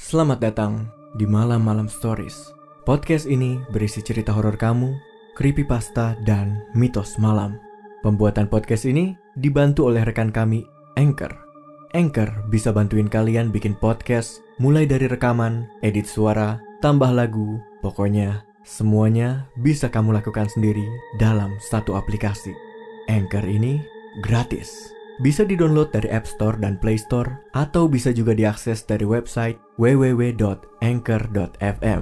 Selamat datang di Malam-Malam Stories. Podcast ini berisi cerita horor kamu, creepypasta, dan mitos malam. Pembuatan podcast ini dibantu oleh rekan kami, Anchor. Anchor bisa bantuin kalian bikin podcast, mulai dari rekaman, edit suara, tambah lagu, pokoknya semuanya bisa kamu lakukan sendiri dalam satu aplikasi. Anchor ini gratis. Bisa di-download dari App Store dan Play Store, atau bisa juga diakses dari website www.anchor.fm.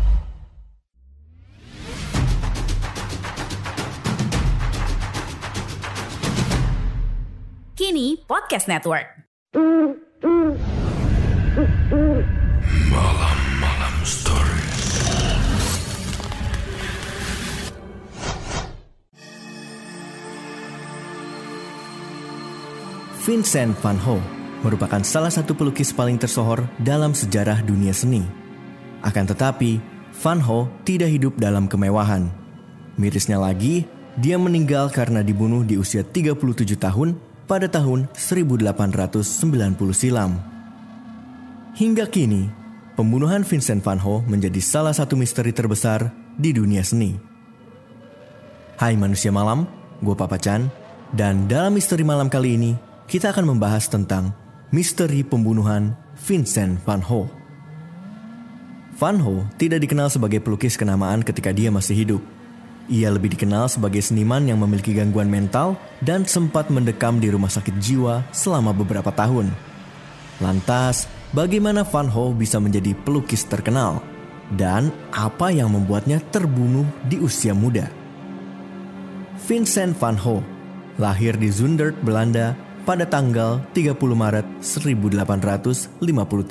Kini Podcast Network. Malam-Malam Stories. Vincent van Gogh merupakan salah satu pelukis paling tersohor dalam sejarah dunia seni. Akan tetapi, Van Gogh tidak hidup dalam kemewahan. Mirisnya lagi, dia meninggal karena dibunuh di usia 37 tahun pada tahun 1890 silam. Hingga kini, pembunuhan Vincent van Gogh menjadi salah satu misteri terbesar di dunia seni. Hai manusia malam, gue Papa Chan, dan dalam misteri malam kali ini, kita akan membahas tentang misteri pembunuhan Vincent van Gogh. Van Gogh tidak dikenal sebagai pelukis kenamaan ketika dia masih hidup. Ia lebih dikenal sebagai seniman yang memiliki gangguan mental dan sempat mendekam di rumah sakit jiwa selama beberapa tahun. Lantas, bagaimana Van Gogh bisa menjadi pelukis terkenal? Dan apa yang membuatnya terbunuh di usia muda? Vincent van Gogh lahir di Zundert, Belanda pada tanggal 30 Maret 1853.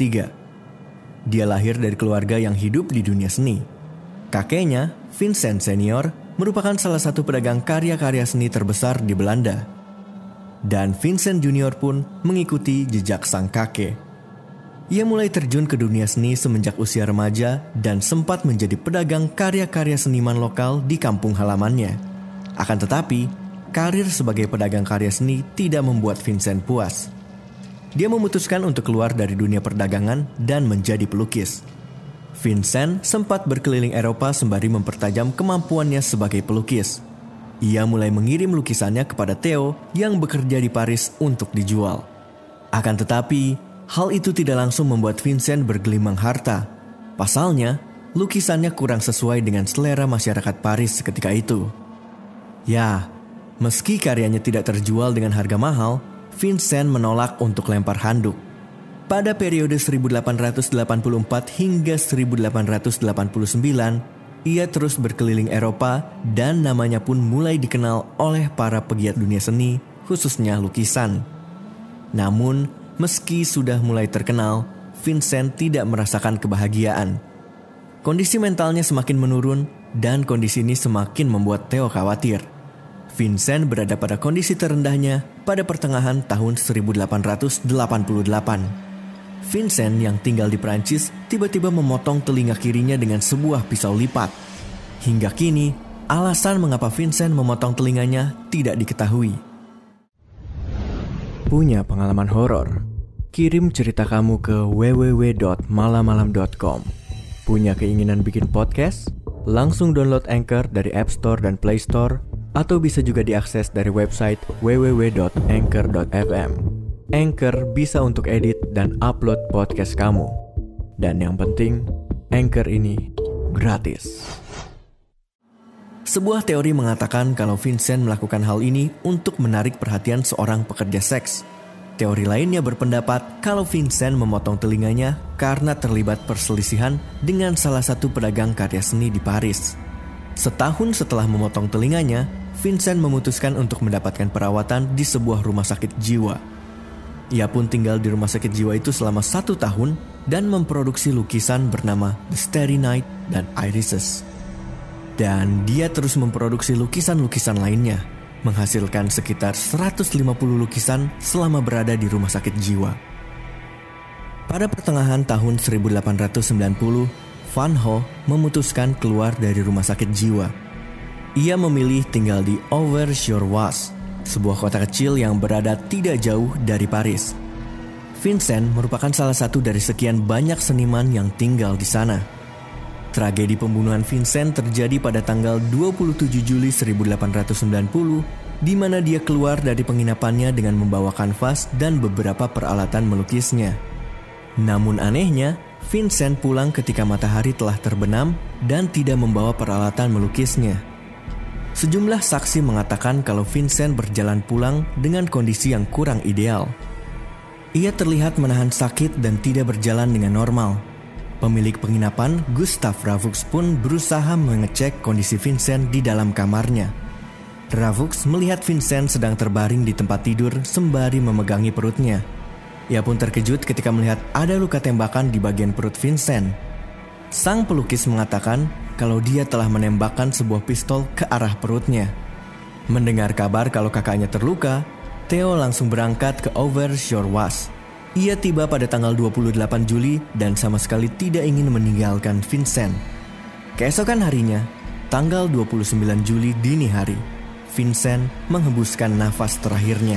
Dia lahir dari keluarga yang hidup di dunia seni. Kakeknya, Vincent Senior, merupakan salah satu pedagang karya-karya seni terbesar di Belanda. Dan Vincent Junior pun mengikuti jejak sang kakek. Ia mulai terjun ke dunia seni semenjak usia remaja dan sempat menjadi pedagang karya-karya seniman lokal di kampung halamannya. Akan tetapi, karir sebagai pedagang karya seni tidak membuat Vincent puas. Dia memutuskan untuk keluar dari dunia perdagangan dan menjadi pelukis. Vincent sempat berkeliling Eropa sembari mempertajam kemampuannya sebagai pelukis. Ia mulai mengirim lukisannya kepada Theo yang bekerja di Paris untuk dijual. Akan tetapi, hal itu tidak langsung membuat Vincent bergelimang harta. Pasalnya, lukisannya kurang sesuai dengan selera masyarakat Paris ketika itu. Meski karyanya tidak terjual dengan harga mahal, Vincent menolak untuk lempar handuk. Pada periode 1884 hingga 1889, ia terus berkeliling Eropa dan namanya pun mulai dikenal oleh para pegiat dunia seni, khususnya lukisan. Namun, meski sudah mulai terkenal, Vincent tidak merasakan kebahagiaan. Kondisi mentalnya semakin menurun dan kondisi ini semakin membuat Theo khawatir. Vincent berada pada kondisi terendahnya pada pertengahan tahun 1888. Vincent yang tinggal di Prancis tiba-tiba memotong telinga kirinya dengan sebuah pisau lipat. Hingga kini, alasan mengapa Vincent memotong telinganya tidak diketahui. Punya pengalaman horor? Kirim cerita kamu ke www.malamalam.com. Punya keinginan bikin podcast? Langsung download Anchor dari App Store dan Play Store, atau bisa juga diakses dari website www.anchor.fm. Anchor bisa untuk edit dan upload podcast kamu. Dan yang penting, Anchor ini gratis. Sebuah teori mengatakan kalau Vincent melakukan hal ini untuk menarik perhatian seorang pekerja seks. Teori lainnya berpendapat kalau Vincent memotong telinganya karena terlibat perselisihan dengan salah satu pedagang karya seni di Paris. Setahun setelah memotong telinganya, Vincent memutuskan untuk mendapatkan perawatan di sebuah rumah sakit jiwa. Ia pun tinggal di rumah sakit jiwa itu selama 1 tahun dan memproduksi lukisan bernama The Starry Night dan Irises. Dan dia terus memproduksi lukisan-lukisan lainnya, menghasilkan sekitar 150 lukisan selama berada di rumah sakit jiwa. Pada pertengahan tahun 1890, Van Gogh memutuskan keluar dari rumah sakit jiwa. Ia memilih tinggal di Auvers-sur-Oise, sebuah kota kecil yang berada tidak jauh dari Paris. Vincent merupakan salah satu dari sekian banyak seniman yang tinggal di sana. Tragedi pembunuhan Vincent terjadi pada tanggal 27 Juli 1890, di mana dia keluar dari penginapannya dengan membawa kanvas dan beberapa peralatan melukisnya. Namun anehnya, Vincent pulang ketika matahari telah terbenam dan tidak membawa peralatan melukisnya. Sejumlah saksi mengatakan kalau Vincent berjalan pulang dengan kondisi yang kurang ideal. Ia terlihat menahan sakit dan tidak berjalan dengan normal. Pemilik penginapan, Gustav Ravux pun berusaha mengecek kondisi Vincent di dalam kamarnya. Ravux melihat Vincent sedang terbaring di tempat tidur sembari memegangi perutnya. Ia pun terkejut ketika melihat ada luka tembakan di bagian perut Vincent. Sang pelukis mengatakan kalau dia telah menembakkan sebuah pistol ke arah perutnya. Mendengar kabar kalau kakaknya terluka, Theo langsung berangkat ke Auvers-sur-Oise. Ia tiba pada tanggal 28 Juli dan sama sekali tidak ingin meninggalkan Vincent. Keesokan harinya, tanggal 29 Juli dini hari, Vincent menghembuskan nafas terakhirnya.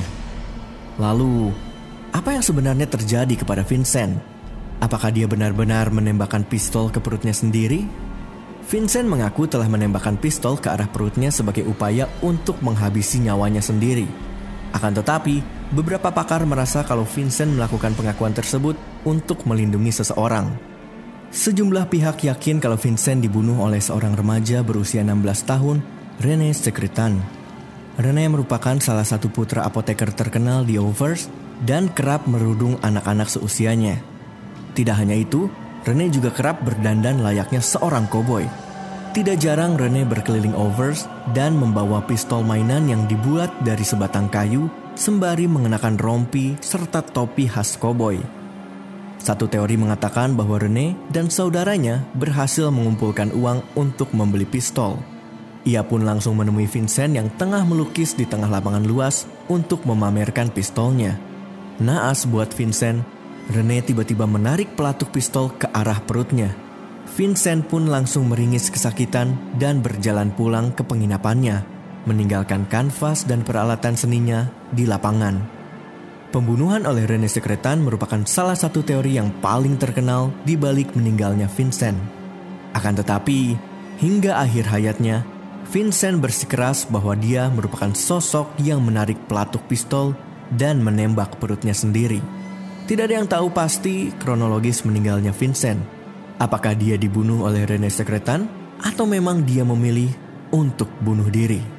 Lalu, apa yang sebenarnya terjadi kepada Vincent? Apakah dia benar-benar menembakkan pistol ke perutnya sendiri? Vincent mengaku telah menembakkan pistol ke arah perutnya sebagai upaya untuk menghabisi nyawanya sendiri. Akan tetapi, beberapa pakar merasa kalau Vincent melakukan pengakuan tersebut untuk melindungi seseorang. Sejumlah pihak yakin kalau Vincent dibunuh oleh seorang remaja berusia 16 tahun, René Secretan. René merupakan salah satu putra apoteker terkenal di Auvers dan kerap merudung anak-anak seusianya. Tidak hanya itu, René juga kerap berdandan layaknya seorang koboi. Tidak jarang René berkeliling Auvers dan membawa pistol mainan yang dibuat dari sebatang kayu sembari mengenakan rompi serta topi khas koboi. Satu teori mengatakan bahwa René dan saudaranya berhasil mengumpulkan uang untuk membeli pistol. Ia pun langsung menemui Vincent yang tengah melukis di tengah lapangan luas untuk memamerkan pistolnya. Naas buat Vincent, René tiba-tiba menarik pelatuk pistol ke arah perutnya. Vincent pun langsung meringis kesakitan dan berjalan pulang ke penginapannya, meninggalkan kanvas dan peralatan seninya di lapangan. Pembunuhan oleh René Secretan merupakan salah satu teori yang paling terkenal di balik meninggalnya Vincent. Akan tetapi, hingga akhir hayatnya, Vincent bersikeras bahwa dia merupakan sosok yang menarik pelatuk pistol dan menembak perutnya sendiri. Tidak ada yang tahu pasti kronologis meninggalnya Vincent. Apakah dia dibunuh oleh René Secretan atau memang dia memilih untuk bunuh diri?